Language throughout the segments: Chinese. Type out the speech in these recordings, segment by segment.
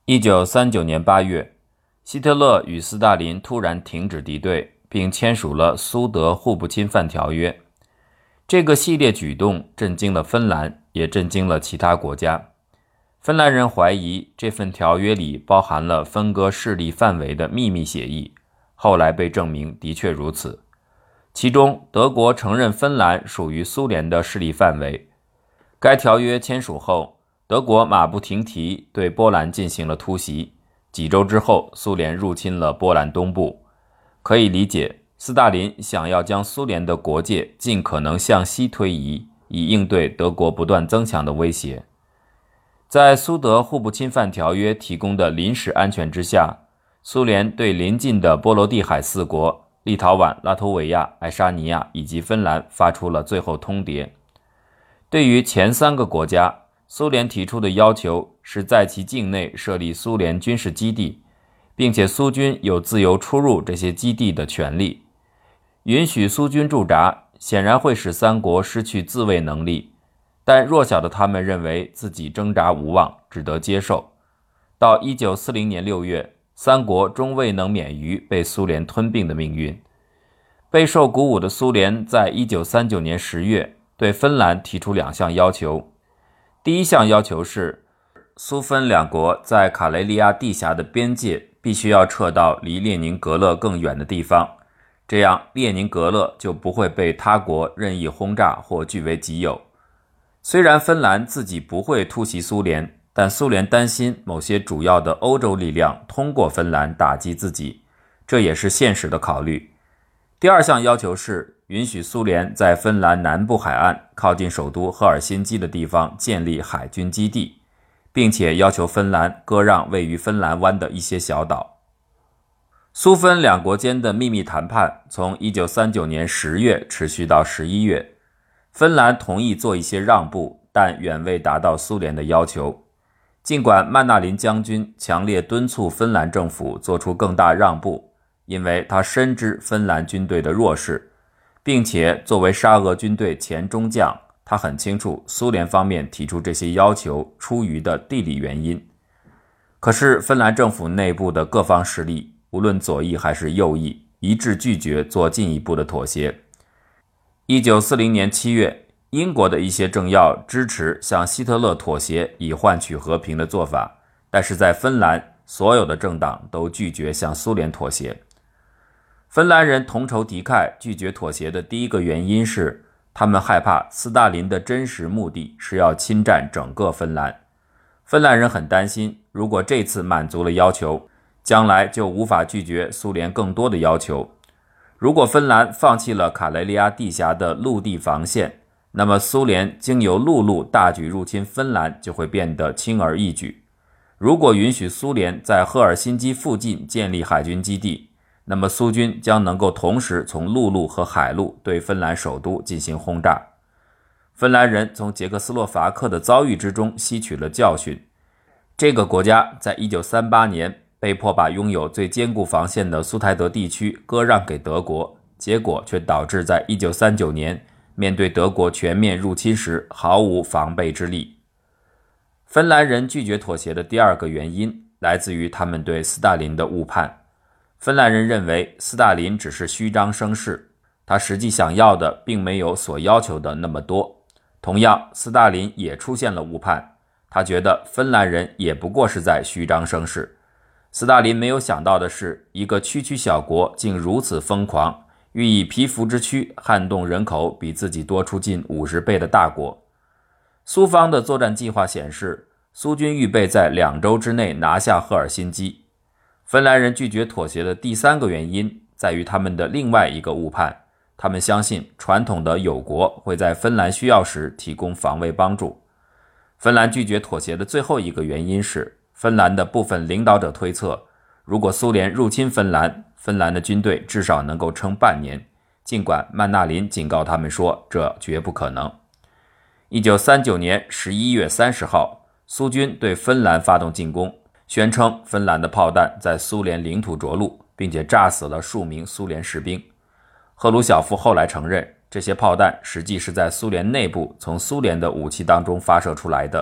1939年8月，希特勒与斯大林突然停止敌对，并签署了苏德互不侵犯条约。这个系列举动震惊了芬兰，也震惊了其他国家。芬兰人怀疑这份条约里包含了分割势力范围的秘密协议，后来被证明的确如此。其中，德国承认芬兰属于苏联的势力范围。该条约签署后，德国马不停蹄对波兰进行了突袭。几周之后，苏联入侵了波兰东部。可以理解，斯大林想要将苏联的国界尽可能向西推移，以应对德国不断增强的威胁。在苏德互不侵犯条约提供的临时安全之下，苏联对邻近的波罗的海4国立陶宛、拉脱维亚、爱沙尼亚以及芬兰发出了最后通牒。对于前3个国家，苏联提出的要求是在其境内设立苏联军事基地，并且苏军有自由出入这些基地的权利。允许苏军驻扎，显然会使3国失去自卫能力，但弱小的他们认为自己挣扎无望，只得接受。到1940年6月，3国终未能免于被苏联吞并的命运。备受鼓舞的苏联在1939年10月对芬兰提出2项要求。第一项要求是，苏芬2国在卡雷利亚地峡的边界必须要撤到离列宁格勒更远的地方，这样列宁格勒就不会被他国任意轰炸或据为己有。虽然芬兰自己不会突袭苏联，但苏联担心某些主要的欧洲力量通过芬兰打击自己，这也是现实的考虑。第二项要求是允许苏联在芬兰南部海岸靠近首都赫尔辛基的地方建立海军基地，并且要求芬兰割让位于芬兰湾的一些小岛。苏芬2国间的秘密谈判从1939年10月持续到11月。芬兰同意做一些让步，但远未达到苏联的要求。尽管曼纳林将军强烈敦促芬兰政府做出更大让步，因为他深知芬兰军队的弱势，并且作为沙俄军队前中将，他很清楚苏联方面提出这些要求出于的地理原因。可是芬兰政府内部的各方势力，无论左翼还是右翼，一致拒绝做进一步的妥协。1940年7月，英国的一些政要支持向希特勒妥协以换取和平的做法，但是在芬兰，所有的政党都拒绝向苏联妥协。芬兰人同仇敌忾，拒绝妥协的第一个原因是，他们害怕斯大林的真实目的是要侵占整个芬兰。芬兰人很担心，如果这次满足了要求，将来就无法拒绝苏联更多的要求。如果芬兰放弃了卡雷利亚地峡的陆地防线，那么苏联经由陆路大举入侵芬兰就会变得轻而易举。如果允许苏联在赫尔辛基附近建立海军基地，那么苏军将能够同时从陆路和海路对芬兰首都进行轰炸。芬兰人从捷克斯洛伐克的遭遇之中吸取了教训。这个国家在1938年被迫把拥有最坚固防线的苏台德地区割让给德国，结果却导致在1939年面对德国全面入侵时毫无防备之力。芬兰人拒绝妥协的第二个原因来自于他们对斯大林的误判。芬兰人认为斯大林只是虚张声势，他实际想要的并没有所要求的那么多。同样，斯大林也出现了误判，他觉得芬兰人也不过是在虚张声势。斯大林没有想到的是，一个区区小国竟如此疯狂，欲以蚍蜉之躯撼动人口比自己多出近50倍的大国。苏方的作战计划显示，苏军预备在2周之内拿下赫尔辛基。芬兰人拒绝妥协的第3个原因在于他们的另外一个误判，他们相信传统的友国会在芬兰需要时提供防卫帮助。芬兰拒绝妥协的最后一个原因是，芬兰的部分领导者推测，如果苏联入侵芬兰，芬兰的军队至少能够撑半年，尽管曼纳林警告他们说这绝不可能。1939年11月30号，苏军对芬兰发动进攻，宣称芬兰的炮弹在苏联领土着陆，并且炸死了数名苏联士兵。赫鲁晓夫后来承认，这些炮弹实际是在苏联内部从苏联的武器当中发射出来的，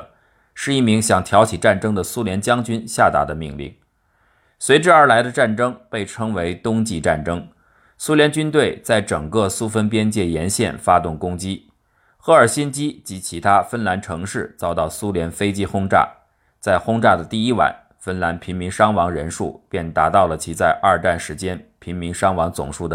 是一名想挑起战争的苏联将军下达的命令。随之而来的战争被称为冬季战争。苏联军队在整个苏芬边界沿线发动攻击，赫尔辛基及其他芬兰城市遭到苏联飞机轰炸。在轰炸的第一晚，芬兰平民伤亡人数便达到了其在二战时间平民伤亡总数的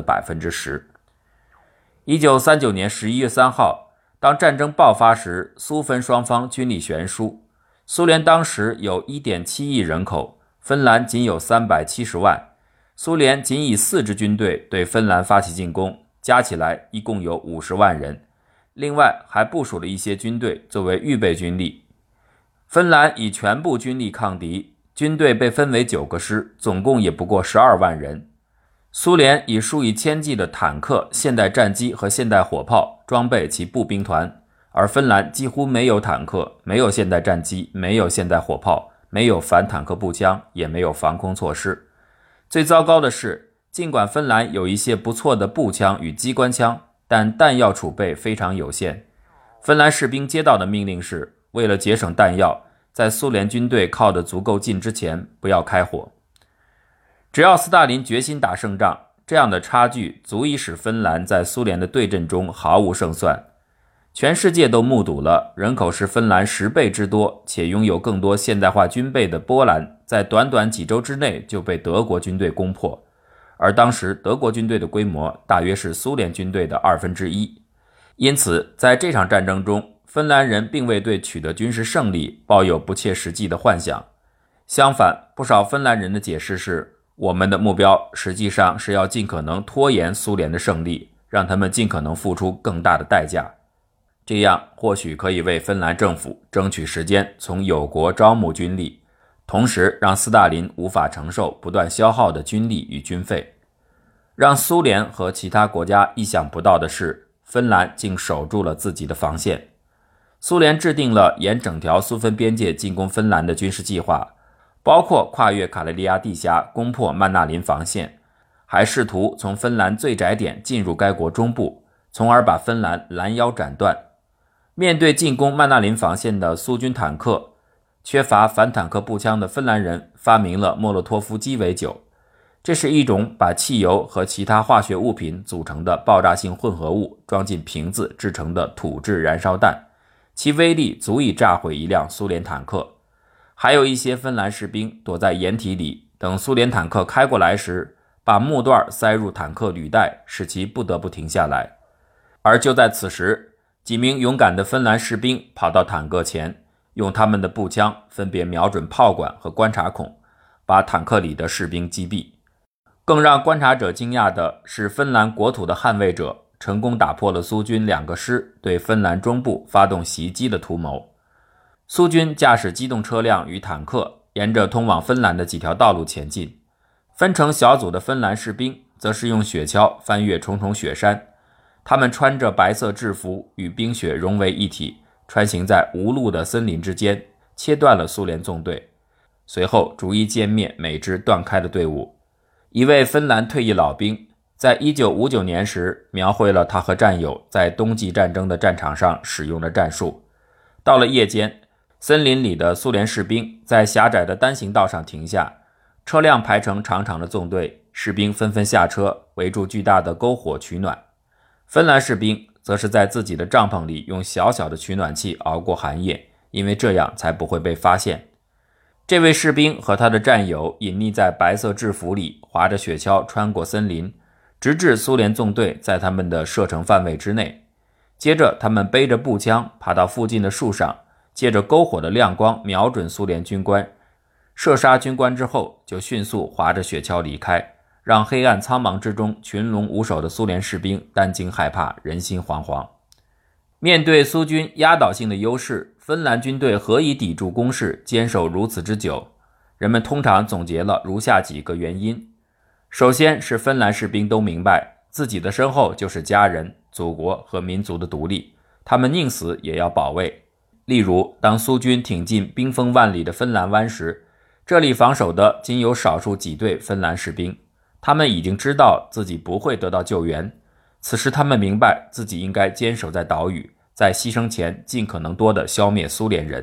10%。1939年11月3号，当战争爆发时，苏芬双方军力悬殊。苏联当时有 1.7 亿人口，芬兰仅有370万。苏联仅以4支军队对芬兰发起进攻，加起来一共有50万人，另外还部署了一些军队作为预备军力。芬兰以全部军力抗敌，军队被分为9个师，总共也不过12万人。苏联以数以千计的坦克、现代战机和现代火炮装备其步兵团，而芬兰几乎没有坦克，没有现代战机，没有现代火炮，没有反坦克步枪，也没有防空措施。最糟糕的是，尽管芬兰有一些不错的步枪与机关枪，但弹药储备非常有限。芬兰士兵接到的命令是，为了节省弹药，在苏联军队靠得足够近之前不要开火。只要斯大林决心打胜仗，这样的差距足以使芬兰在苏联的对阵中毫无胜算。全世界都目睹了人口是芬兰10倍之多且拥有更多现代化军备的波兰在短短几周之内就被德国军队攻破，而当时德国军队的规模大约是苏联军队的1/2。因此在这场战争中，芬兰人并未对取得军事胜利抱有不切实际的幻想。相反，不少芬兰人的解释是，我们的目标实际上是要尽可能拖延苏联的胜利，让他们尽可能付出更大的代价。这样或许可以为芬兰政府争取时间从友国招募军力，同时让斯大林无法承受不断消耗的军力与军费。让苏联和其他国家意想不到的是，芬兰竟守住了自己的防线。苏联制定了沿整条苏芬边界进攻芬兰的军事计划，包括跨越卡累利亚地峡攻破曼纳林防线，还试图从芬兰最窄点进入该国中部，从而把芬兰拦腰斩断。面对进攻曼纳林防线的苏军坦克，缺乏反坦克步枪的芬兰人发明了莫洛托夫鸡尾酒，这是一种把汽油和其他化学物品组成的爆炸性混合物装进瓶子制成的土制燃烧弹，其威力足以炸毁一辆苏联坦克。还有一些芬兰士兵躲在掩体里，等苏联坦克开过来时，把木段塞入坦克履带，使其不得不停下来。而就在此时，几名勇敢的芬兰士兵跑到坦克前，用他们的步枪分别瞄准炮管和观察孔，把坦克里的士兵击毙。更让观察者惊讶的是，芬兰国土的捍卫者成功打破了苏军2个师对芬兰中部发动袭击的图谋。苏军驾驶机动车辆与坦克沿着通往芬兰的几条道路前进，分成小组的芬兰士兵则是用雪橇翻越重重雪山，他们穿着白色制服，与冰雪融为一体，穿行在无路的森林之间，切断了苏联纵队，随后逐一歼灭每支断开的队伍。一位芬兰退役老兵在1959年时描绘了他和战友在冬季战争的战场上使用的战术。到了夜间，森林里的苏联士兵在狭窄的单行道上停下，车辆排成长长的纵队，士兵纷纷下车，围住巨大的篝火取暖。芬兰士兵则是在自己的帐篷里用小小的取暖器熬过寒夜，因为这样才不会被发现。这位士兵和他的战友隐匿在白色制服里，划着雪橇穿过森林，直至苏联纵队在他们的射程范围之内。接着他们背着步枪爬到附近的树上，借着篝火的亮光瞄准苏联军官，射杀军官之后就迅速划着雪橇离开，让黑暗苍茫之中群龙无首的苏联士兵担惊害怕，人心惶惶。面对苏军压倒性的优势，芬兰军队何以抵住攻势，坚守如此之久？人们通常总结了如下几个原因。首先是芬兰士兵都明白，自己的身后就是家人、祖国和民族的独立，他们宁死也要保卫。例如，当苏军挺进冰封万里的芬兰湾时，这里防守的仅有少数几队芬兰士兵，他们已经知道自己不会得到救援，此时他们明白自己应该坚守在岛屿，在牺牲前尽可能多地消灭苏联人，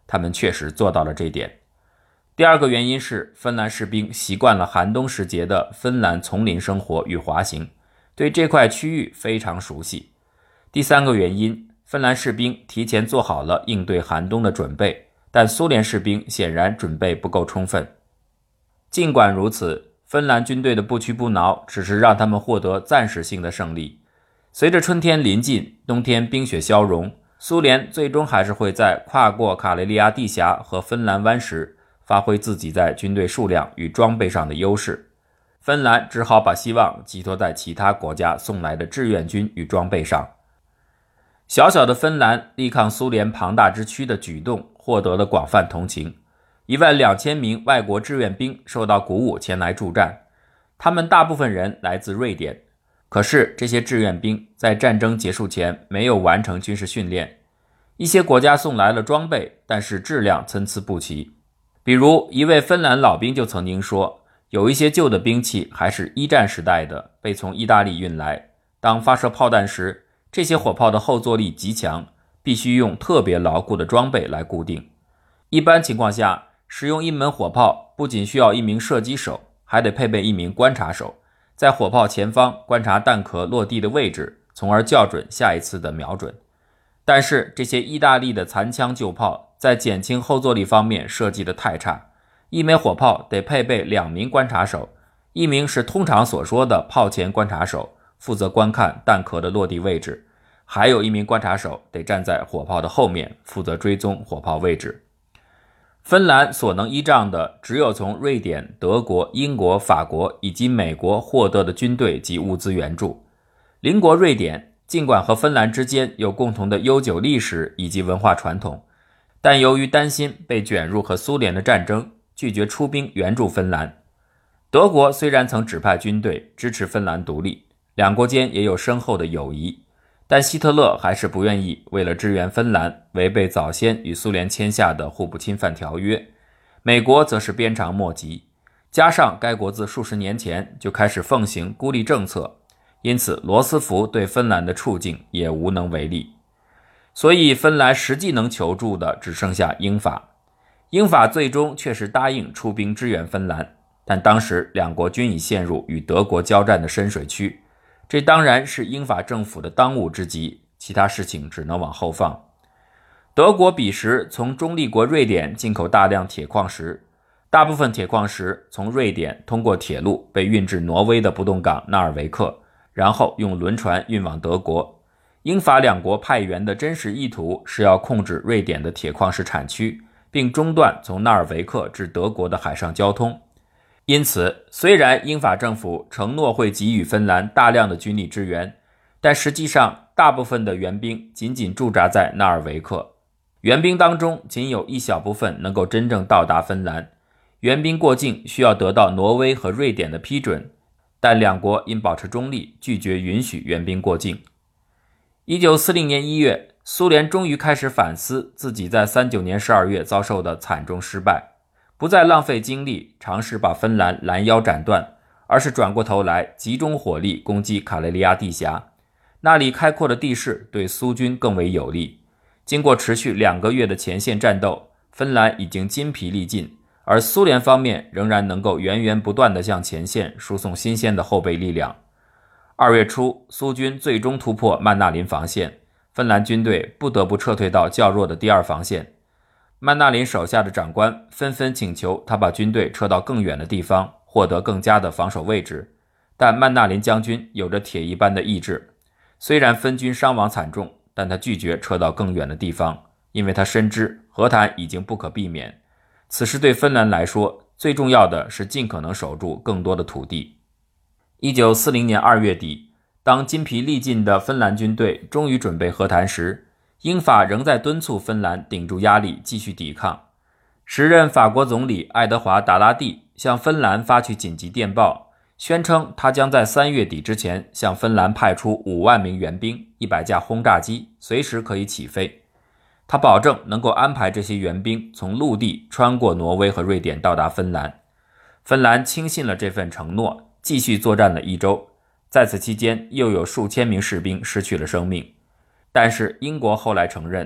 他们确实做到了这点。第二个原因是芬兰士兵习惯了寒冬时节的芬兰丛林生活与滑行，对这块区域非常熟悉。第三个原因，芬兰士兵提前做好了应对寒冬的准备，但苏联士兵显然准备不够充分。尽管如此，芬兰军队的不屈不挠只是让他们获得暂时性的胜利。随着春天临近，冬天冰雪消融，苏联最终还是会在跨过卡累利亚地峡和芬兰湾时发挥自己在军队数量与装备上的优势。芬兰只好把希望寄托在其他国家送来的志愿军与装备上。小小的芬兰力抗苏联庞大之躯的举动获得了广泛同情，12000名外国志愿兵受到鼓舞前来助战，他们大部分人来自瑞典。可是这些志愿兵在战争结束前没有完成军事训练，一些国家送来了装备，但是质量参差不齐。比如一位芬兰老兵就曾经说，有一些旧的兵器还是一战时代的，被从意大利运来，当发射炮弹时，这些火炮的后坐力极强，必须用特别牢固的装备来固定。一般情况下，使用一门火炮不仅需要一名射击手，还得配备一名观察手，在火炮前方观察弹壳落地的位置，从而校准下一次的瞄准。但是这些意大利的残枪旧炮在减轻后坐力方面设计得太差，一枚火炮得配备2名观察手，一名是通常所说的炮前观察手，负责观看弹壳的落地位置，还有一名观察手得站在火炮的后面，负责追踪火炮位置。芬兰所能依仗的只有从瑞典、德国、英国、法国以及美国获得的军队及物资援助。邻国瑞典尽管和芬兰之间有共同的悠久历史以及文化传统，但由于担心被卷入和苏联的战争，拒绝出兵援助芬兰。德国虽然曾指派军队支持芬兰独立，两国间也有深厚的友谊，但希特勒还是不愿意为了支援芬兰违背早先与苏联签下的互不侵犯条约。美国则是鞭长莫及，加上该国自数十年前就开始奉行孤立政策，因此罗斯福对芬兰的处境也无能为力。所以芬兰实际能求助的只剩下英法。英法最终确实答应出兵支援芬兰，但当时两国均已陷入与德国交战的深水区，这当然是英法政府的当务之急，其他事情只能往后放。德国彼时从中立国瑞典进口大量铁矿石，大部分铁矿石从瑞典通过铁路被运至挪威的不动港纳尔维克，然后用轮船运往德国。英法两国派员的真实意图是要控制瑞典的铁矿石产区，并中断从纳尔维克至德国的海上交通。因此，虽然英法政府承诺会给予芬兰大量的军力支援，但实际上大部分的援兵仅仅驻扎在纳尔维克，援兵当中仅有一小部分能够真正到达芬兰。援兵过境需要得到挪威和瑞典的批准，但两国因保持中立，拒绝允许援兵过境。1940年1月，苏联终于开始反思自己在39年12月遭受的惨重失败，不再浪费精力尝试把芬兰拦腰斩断，而是转过头来集中火力攻击卡累利亚地峡。那里开阔的地势对苏军更为有利。经过持续2个月的前线战斗，芬兰已经筋疲力尽，而苏联方面仍然能够源源不断地向前线输送新鲜的后备力量。2月初，苏军最终突破曼纳林防线，芬兰军队不得不撤退到较弱的第2防线。曼纳林手下的长官纷纷请求他把军队撤到更远的地方，获得更佳的防守位置，但曼纳林将军有着铁一般的意志，虽然分军伤亡惨重，但他拒绝撤到更远的地方，因为他深知和谈已经不可避免。此时对芬兰来说，最重要的是尽可能守住更多的土地。1940年2月底，当筋疲力尽的芬兰军队终于准备和谈时，英法仍在敦促芬兰顶住压力继续抵抗。时任法国总理爱德华·达拉蒂向芬兰发去紧急电报，宣称他将在3月底之前向芬兰派出5万名援兵、100架轰炸机，随时可以起飞。他保证能够安排这些援兵从陆地穿过挪威和瑞典到达芬兰。芬兰轻信了这份承诺，继续作战了1周，在此期间又有数千名士兵失去了生命。但是英国后来承认，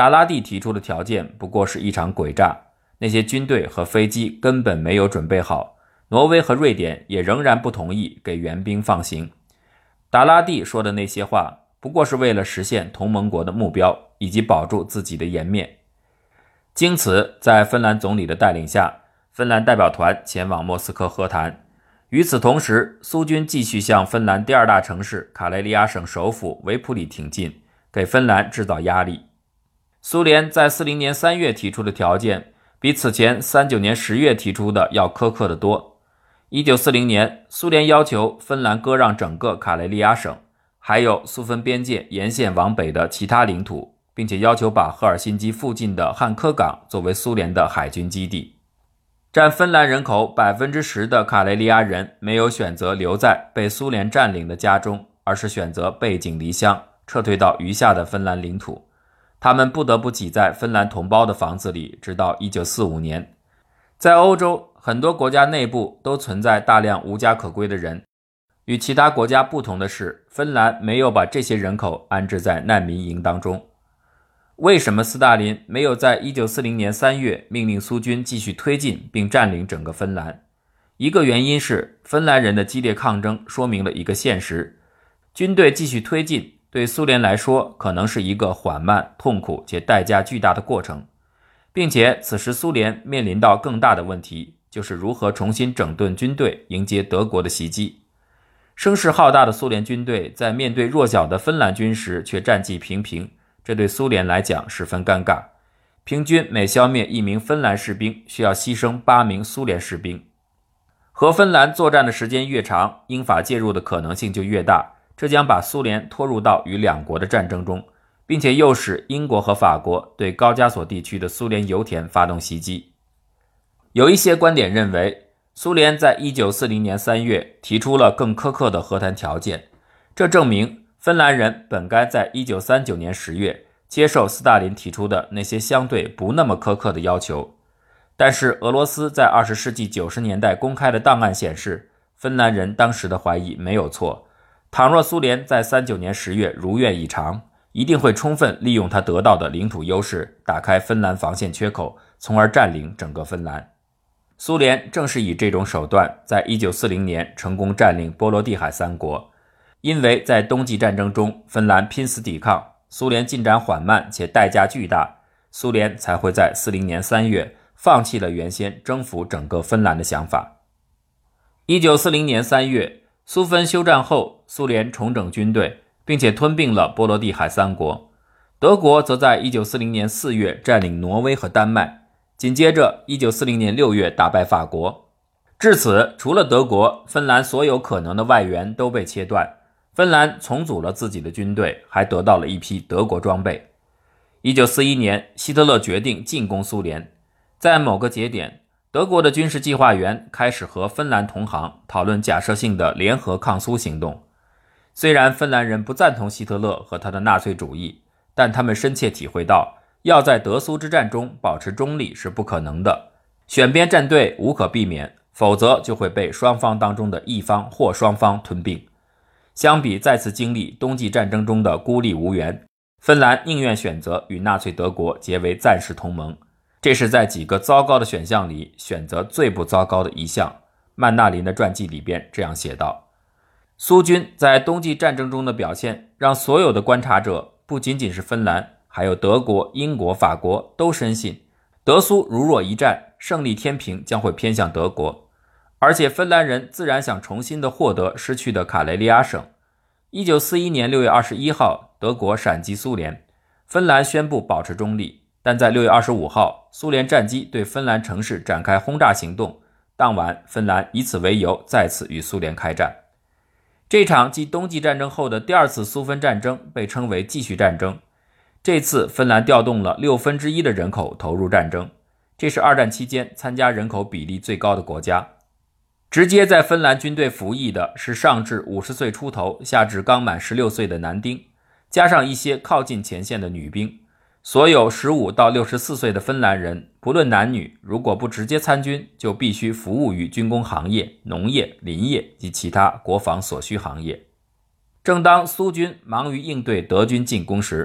达拉第提出的条件不过是一场诡诈，那些军队和飞机根本没有准备好，挪威和瑞典也仍然不同意给援兵放行。达拉第说的那些话不过是为了实现同盟国的目标，以及保住自己的颜面。经此，在芬兰总理的带领下，芬兰代表团前往莫斯科和谈。与此同时，苏军继续向芬兰第二大城市卡累利亚省首府维普里挺进，给芬兰制造压力。苏联在40年3月提出的条件比此前39年10月提出的要苛刻得多。1940年，苏联要求芬兰割让整个卡累利亚省，还有苏芬边界沿线往北的其他领土，并且要求把赫尔辛基附近的汉科港作为苏联的海军基地。占芬兰人口 10% 的卡累利亚人没有选择留在被苏联占领的家中，而是选择背井离乡，撤退到余下的芬兰领土。他们不得不挤在芬兰同胞的房子里，直到1945年。在欧洲，很多国家内部都存在大量无家可归的人。与其他国家不同的是，芬兰没有把这些人口安置在难民营当中。为什么斯大林没有在1940年3月命令苏军继续推进并占领整个芬兰？一个原因是芬兰人的激烈抗争说明了一个现实：军队继续推进对苏联来说可能是一个缓慢、痛苦且代价巨大的过程，并且此时苏联面临到更大的问题，就是如何重新整顿军队迎接德国的袭击。声势浩大的苏联军队在面对弱小的芬兰军时却战绩平平，这对苏联来讲十分尴尬。平均每消灭1名芬兰士兵需要牺牲8名苏联士兵。和芬兰作战的时间越长，英法介入的可能性就越大，这将把苏联拖入到与两国的战争中，并且诱使英国和法国对高加索地区的苏联油田发动袭击。有一些观点认为，苏联在1940年3月提出了更苛刻的和谈条件，这证明芬兰人本该在1939年10月接受斯大林提出的那些相对不那么苛刻的要求。但是俄罗斯在20世纪90年代公开的档案显示，芬兰人当时的怀疑没有错，倘若苏联在39年10月如愿以偿，一定会充分利用他得到的领土优势，打开芬兰防线缺口，从而占领整个芬兰。苏联正是以这种手段在1940年成功占领波罗的海3国。因为在冬季战争中芬兰拼死抵抗，苏联进展缓慢且代价巨大，苏联才会在40年3月放弃了原先征服整个芬兰的想法。1940年3月，苏芬休战后，苏联重整军队，并且吞并了波罗的海3国。德国则在1940年4月占领挪威和丹麦，紧接着1940年6月打败法国。至此，除了德国，芬兰所有可能的外援都被切断。芬兰重组了自己的军队，还得到了一批德国装备。1941年，希特勒决定进攻苏联。在某个节点，德国的军事计划员开始和芬兰同行讨论假设性的联合抗苏行动。虽然芬兰人不赞同希特勒和他的纳粹主义，但他们深切体会到，要在德苏之战中保持中立是不可能的，选边站队无可避免，否则就会被双方当中的一方或双方吞并。相比再次经历冬季战争中的孤立无援，芬兰宁愿选择与纳粹德国结为暂时同盟，这是在几个糟糕的选项里选择最不糟糕的一项。曼纳林的传记里边这样写道：苏军在冬季战争中的表现让所有的观察者，不仅仅是芬兰，还有德国、英国、法国都深信德苏如若一战，胜利天平将会偏向德国，而且芬兰人自然想重新的获得失去的卡累利亚省。1941年6月21号，德国闪击苏联，芬兰宣布保持中立，但在6月25号，苏联战机对芬兰城市展开轰炸行动，当晚芬兰以此为由再次与苏联开战。这场继冬季战争后的第二次苏芬战争被称为继续战争，这次芬兰调动了1/6的人口投入战争，这是二战期间参加人口比例最高的国家。直接在芬兰军队服役的是上至50岁出头，下至刚满16岁的男丁，加上一些靠近前线的女兵。所有15到64岁的芬兰人，不论男女，如果不直接参军，就必须服务于军工行业、农业、林业及其他国防所需行业。正当苏军忙于应对德军进攻时，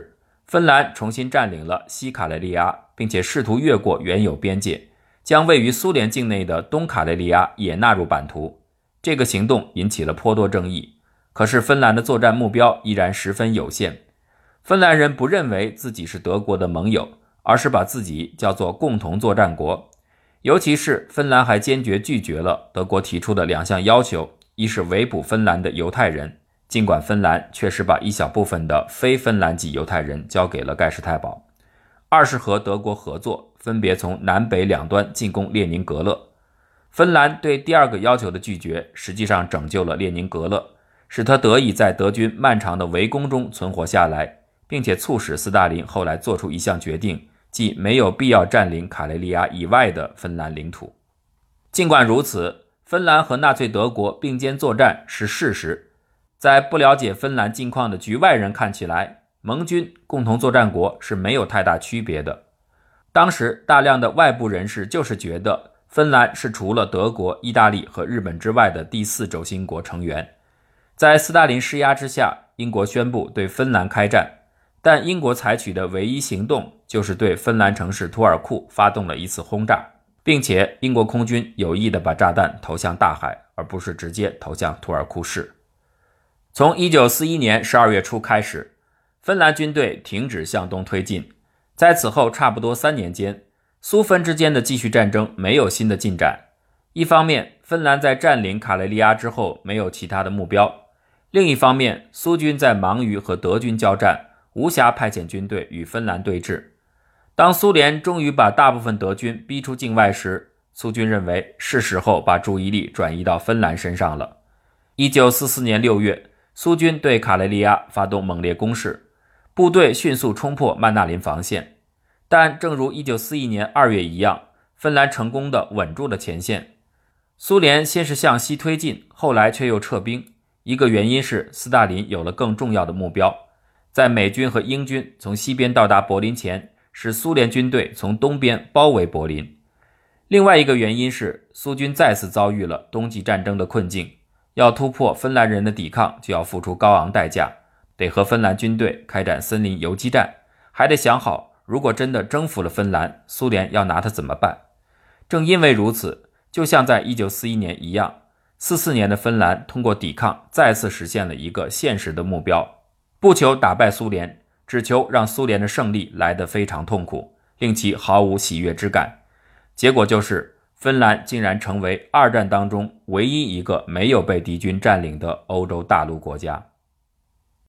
芬兰重新占领了西卡累利亚，并且试图越过原有边界，将位于苏联境内的东卡累利亚也纳入版图。这个行动引起了颇多争议，可是芬兰的作战目标依然十分有限。芬兰人不认为自己是德国的盟友，而是把自己叫做共同作战国。尤其是芬兰还坚决拒绝了德国提出的2项要求，一是围捕芬兰的犹太人，尽管芬兰确实把一小部分的非芬兰籍犹太人交给了盖世太保；二是和德国合作，分别从南北两端进攻列宁格勒。芬兰对第2个要求的拒绝，实际上拯救了列宁格勒，使他得以在德军漫长的围攻中存活下来，并且促使斯大林后来做出一项决定，即没有必要占领卡累利亚以外的芬兰领土。尽管如此，芬兰和纳粹德国并肩作战是事实。在不了解芬兰境况的局外人看起来，盟军共同作战国是没有太大区别的。当时大量的外部人士就是觉得芬兰是除了德国、意大利和日本之外的第4轴心国成员。在斯大林施压之下，英国宣布对芬兰开战，但英国采取的唯一行动就是对芬兰城市图尔库发动了一次轰炸，并且英国空军有意地把炸弹投向大海，而不是直接投向图尔库市。从1941年12月初开始，芬兰军队停止向东推进，在此后差不多3年间，苏芬之间的继续战争没有新的进展。一方面，芬兰在占领卡累利亚之后没有其他的目标；另一方面，苏军在忙于和德军交战，无暇派遣军队与芬兰对峙。当苏联终于把大部分德军逼出境外时，苏军认为是时候把注意力转移到芬兰身上了。1944年6月，苏军对卡累利亚发动猛烈攻势，部队迅速冲破曼纳林防线。但正如1941年2月一样，芬兰成功地稳住了前线。苏联先是向西推进，后来却又撤兵。一个原因是斯大林有了更重要的目标，在美军和英军从西边到达柏林前，使苏联军队从东边包围柏林。另外一个原因是苏军再次遭遇了冬季战争的困境，要突破芬兰人的抵抗就要付出高昂代价，得和芬兰军队开展森林游击战，还得想好如果真的征服了芬兰，苏联要拿它怎么办。正因为如此，就像在1941年一样，44年的芬兰通过抵抗再次实现了一个现实的目标，不求打败苏联，只求让苏联的胜利来得非常痛苦，令其毫无喜悦之感。结果就是芬兰竟然成为2战当中唯一一个没有被敌军占领的欧洲大陆国家。